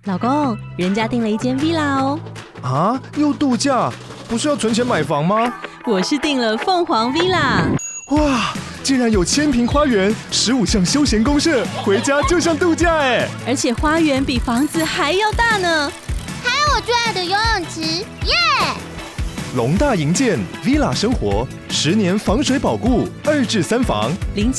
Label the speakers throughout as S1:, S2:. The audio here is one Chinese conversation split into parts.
S1: 老公，人家订了一间 villa 哦。
S2: 啊，又度假？不是要存钱买房吗？
S1: 我是订了凤凰 villa。
S2: 哇，竟然有1000坪花园，15项休闲公社，回家就像度假哎！
S1: 而且花园比房子还要大呢。
S3: 还有我最爱的游泳池，耶！
S2: 龙大营建 villa 生活，10年防水保固，2至3房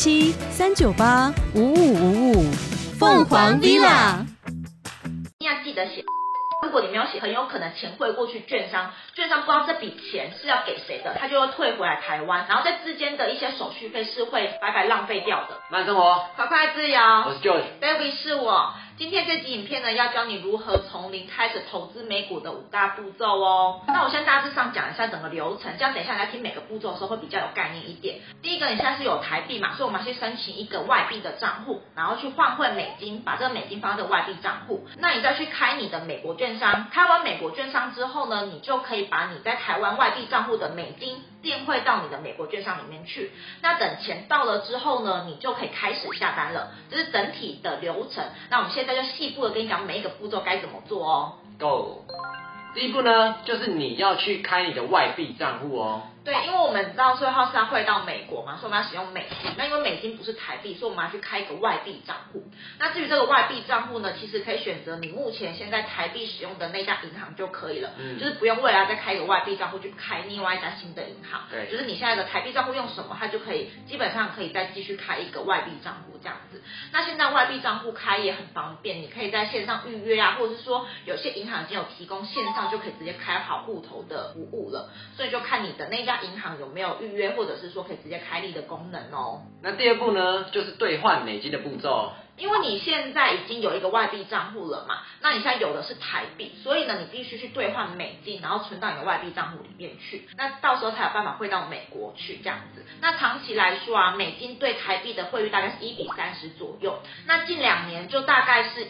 S1: 07-398-5555，凤凰 villa。
S4: 一定要记得写。如果你没有写，很有可能钱汇过去券商，券商不知道这笔钱是要给谁的，他就会退回来台湾，然后在之间的一些手续费是会白白浪费掉的。
S5: 慢生活，
S4: 快快自由，
S5: 我是
S4: George，Baby 是我。今天这集影片呢，要教你如何从零开始投资美股的5大步骤哦。那我先大致上讲一下整个流程，这样等一下你在听每个步骤的时候会比较有概念一点。第一个，你现在是有台币嘛，所以我们要去申请一个外币的账户，然后去换汇美金，把这个美金放在外币账户。那你再去开你的美国券商，开完美国券商之后呢，你就可以把你在台湾外币账户的美金电汇到你的美国券商里面去。那等钱到了之后呢，你就可以开始下单了。这是整体的流程。那我们现在就细部的跟你讲每一个步骤该怎么做哦。
S5: Go。第一步呢，就是你要去开你的外币账户哦。
S4: 对，因为我们知道税号是要汇到美国嘛，所以我们要使用美金。那因为美金不是台币，所以我们要去开一个外币账户。那至于这个外币账户呢，其实可以选择你目前现在台币使用的那家银行就可以了，就是不用未来再开一个外币账户去开另外一家新的银行。
S5: 对，
S4: 就是你现在的台币账户用什么，它就可以基本上可以再继续开一个外币账户这样子。那现在外币账户开也很方便，你可以在线上预约啊，或者是说有些银行已经有提供线上就可以直接开好户头的服务了，所以就看你的那家银行有没有预约，或者是说可以直接开立的功能哦。
S5: 那第二步呢，就是兑换美金的步骤。
S4: 因为你现在已经有一个外币账户了嘛，那你现在有的是台币，所以呢，你必须去兑换美金，然后存到你的外币账户里面去，那到时候才有办法汇到美国去这样子。那长期来说啊，美金对台币的汇率大概是1:30左右，那近2年就大概是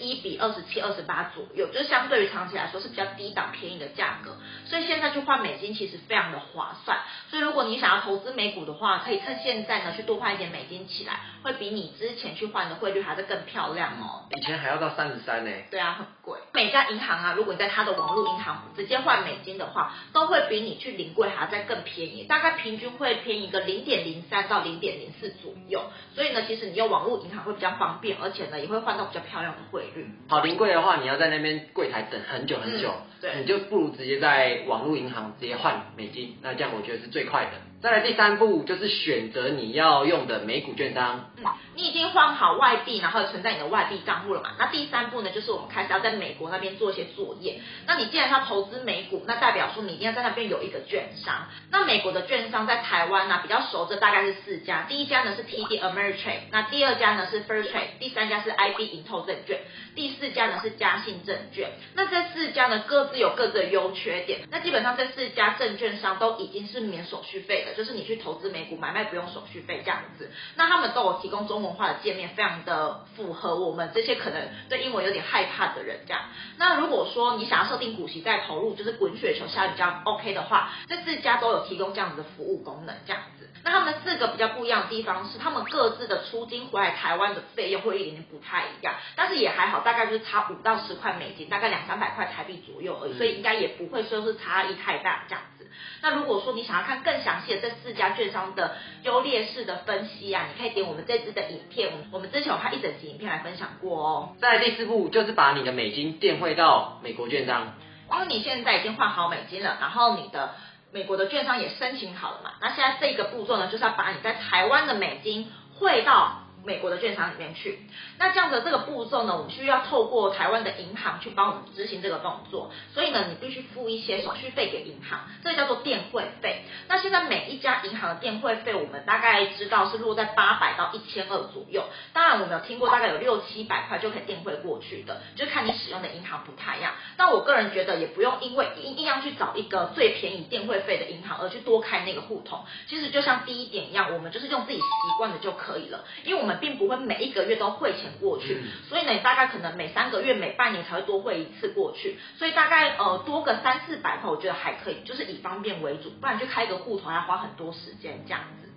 S4: 1:27、28左右，就是相对于长期来说是比较低档便宜的价格，所以现在去换美金其实非常的划算。所以如果你想要投资美股的话，可以趁现在呢去多换一点美金起来，会比你之前去换的汇率还是更漂亮哦。
S5: 以前还要到33呢。
S4: 对啊，很贵。每家银行啊，如果你在它的网络银行直接换美金的话，都会比你去临柜还要再更便宜，大概平均会便宜个0.03到0.04左右。所以呢，其实你用网络银行会比较方便，而且呢也会换到比较漂亮的汇率。
S5: 跑临柜的话，你要在那边柜台等很久很久，
S4: 对，
S5: 你就不如直接在网络银行直接换美金，那这样我觉得是最快的。再来第3步就是选择你要用的美股券商。
S4: 你已经换好外币，然后存在你的外币账户了嘛？那第3步呢，就是我们开始要在美国那边做一些作业。那你既然要投资美股，那代表说你一定要在那边有一个券商。那美国的券商在台湾呢，比较熟的大概是4家。第一家呢是 TD Ameritrade， 那第2家呢是 First Trade， 第3家是 IB 盈透证券，第4家呢是嘉信证券。那这4家呢各自有各自的优缺点。那基本上这4家证券商都已经是免手续费的，就是你去投资美股买卖不用手续费这样子。那他们都有提供中文化的界面，非常的符合我们这些可能对英文有点害怕的人这样。那如果说你想要设定股息再投入，就是滚雪球下比较 OK 的话，这4家都有提供这样子的服务功能这样子。那他们的4个比较不一样的地方是，他们各自的出金回来台湾的费用会有一点点不太一样，但是也还好，大概就是差5到10块美金，大概200-300块台币左右而已，所以应该也不会说是差异太大这样子。那如果说你想要看更详细的这4家券商的优劣势的分析啊，你可以点我们这支的影片，我们之前有拍一整集影片来分享过哦。
S5: 再来第4步就是把你的美金电汇到美国券商。
S4: 因为你现在已经换好美金了，然后你的美国的券商也申请好了嘛，那现在这个步骤呢，就是要把你在台湾的美金汇到美国的券商里面去。那这样的这个步骤呢，我们需要透过台湾的银行去帮我们执行这个动作，所以呢，你必须付一些手续费给银行，这叫做电汇费。那现在每一家银行的电汇费，我们大概知道是落在800到1200左右。当然，我们有听过大概有600-700块就可以电汇过去的，就是看你使用的银行不太一样。但我个人觉得也不用因为硬要去找一个最便宜电汇费的银行而去多开那个户头。其实就像第1点一样，我们就是用自己习惯的就可以了，因为我们并不会每一个月都汇钱过去，所以呢，你大概可能每3个月、每半年才会多汇1次过去，所以大概多个300-400块，我觉得还可以，就是以方便为主，不然去开一个户头还要花很多时间这样子。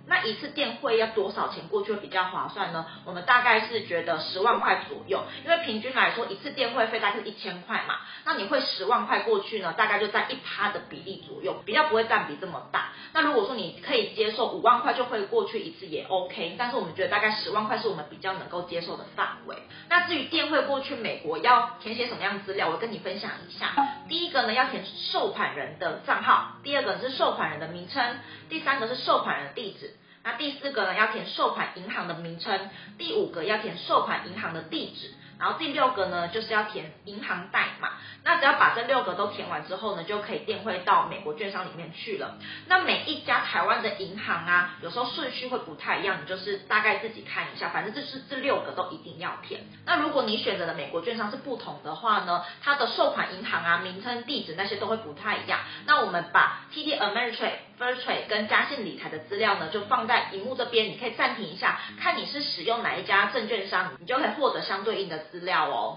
S4: 那一次电汇要多少钱过去会比较划算呢？我们大概是觉得10万块左右，因为平均来说一次电汇费大概是1000块嘛，那你汇10万块过去呢，大概就占1%的比例左右，比较不会占比这么大。那如果说你可以接受5万块就汇过去一次也 OK， 但是我们觉得大概10万块是我们比较能够接受的范围。那至于电汇过去美国要填写什么样资料，我跟你分享一下。第一个呢要填受款人的账号，第二个是受款人的名称，第三个是受款人的地址。那第4个呢要填受款银行的名称，第5个要填受款银行的地址，然后第6个呢就是要填银行代码。那只要把这6个都填完之后呢，就可以电汇到美国券商里面去了。那每一家台湾的银行啊，有时候顺序会不太一样，你就是大概自己看一下，反正这6个都一定要填。那如果你选择的美国券商是不同的话呢，它的受款银行啊、名称、地址那些都会不太一样。那我们把 TD Ameritrade、Fairtrade 跟嘉信理财的资料呢，就放在荧幕这边，你可以暂停一下，看你是使用哪一家证券商，你就可以获得相对应的资料哦。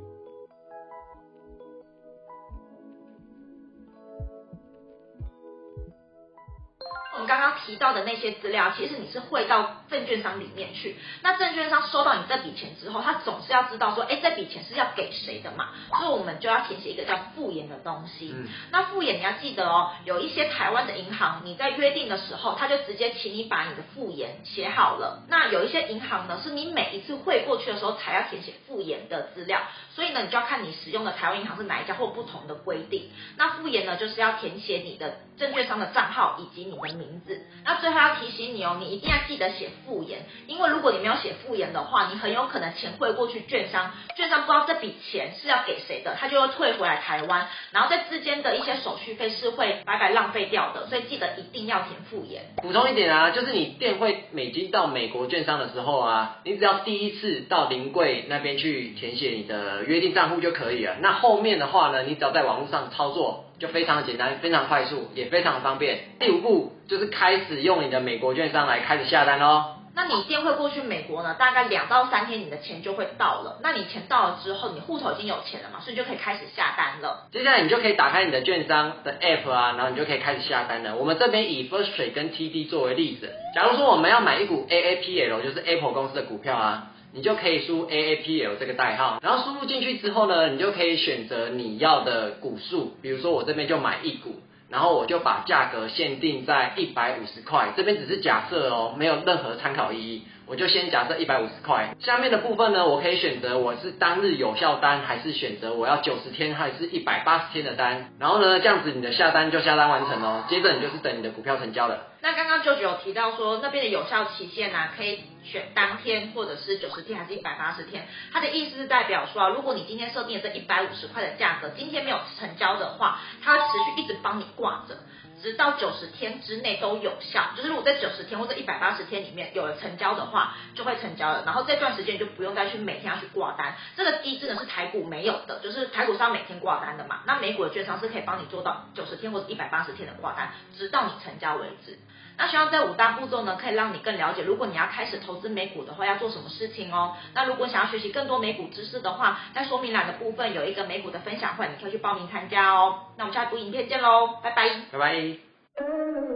S4: 我们刚刚提到的那些资料，其实你是汇到证券商里面去。那证券商收到你这笔钱之后，他总是要知道说，这笔钱是要给谁的嘛，所以我们就要填写一个叫附言的东西。那附言你要记得哦，有一些台湾的银行，你在约定的时候，他就直接请你把你的附言写好了。那有一些银行呢，是你每一次汇过去的时候才要填写附言的资料，所以呢，你就要看你使用的台湾银行是哪一家或不同的规定。那附言呢，就是要填写你的证券商的账号以及你的名字。那最后要提醒你哦，你一定要记得写附言，因为如果你没有写附言的话，你很有可能钱汇过去券商，券商不知道这笔钱是要给谁的，他就会退回来台湾，然后在之间的一些手续费是会白白浪费掉的，所以记得一定要填附言。
S5: 补充一点啊，就是你电汇美金到美国券商的时候啊，你只要第一次到临柜那边去填写你的约定账户就可以了。那后面的话呢，你只要在网络上操作，就非常的简单，非常快速，也非常的方便。第5步就是开始用你的美国券商来开始下单咯。
S4: 那你电汇过去美国呢，大概2到3天你的钱就会到了。那你钱到了之后，你户头已经有钱了嘛，所以就可以开始下单了。
S5: 接下来你就可以打开你的券商的 App 啊，然后你就可以开始下单了。我们这边以 Fairtrade 跟 TD 作为例子，假如说我们要买一股 AAPL， 就是 Apple 公司的股票啊，你就可以输 AAPL 这个代号，然后输入进去之后呢，你就可以选择你要的股数，比如说我这边就买1股。然后我就把价格限定在150块，这边只是假设哦，没有任何参考意义。我就先假设150块，下面的部分呢，我可以选择我是当日有效单，还是选择我要90天，还是180天的单。然后呢，这样子你的下单就下单完成哦。接着你就是等你的股票成交了。
S4: 那刚刚舅舅有提到说，那边的有效期限啊，可以选当天或者是90天还是180天。它的意思是代表说，如果你今天设定的这150块的价格，今天没有成交的话，它会持续一直帮你挂着。直到90天之内都有效，就是如果在90天或者180天里面有了成交的话，就会成交了。然后这段时间你就不用再去每天要去挂单，这个机制呢是台股没有的，就是台股是要每天挂单的嘛。那美股的券商是可以帮你做到90天或者180天的挂单，直到你成交为止。那希望这5大步骤呢，可以让你更了解，如果你要开始投资美股的话，要做什么事情哦。那如果想要学习更多美股知识的话，在说明栏的部分有一个美股的分享会，你可以去报名参加哦。那我们下一部影片见喽，拜拜，
S5: 拜拜。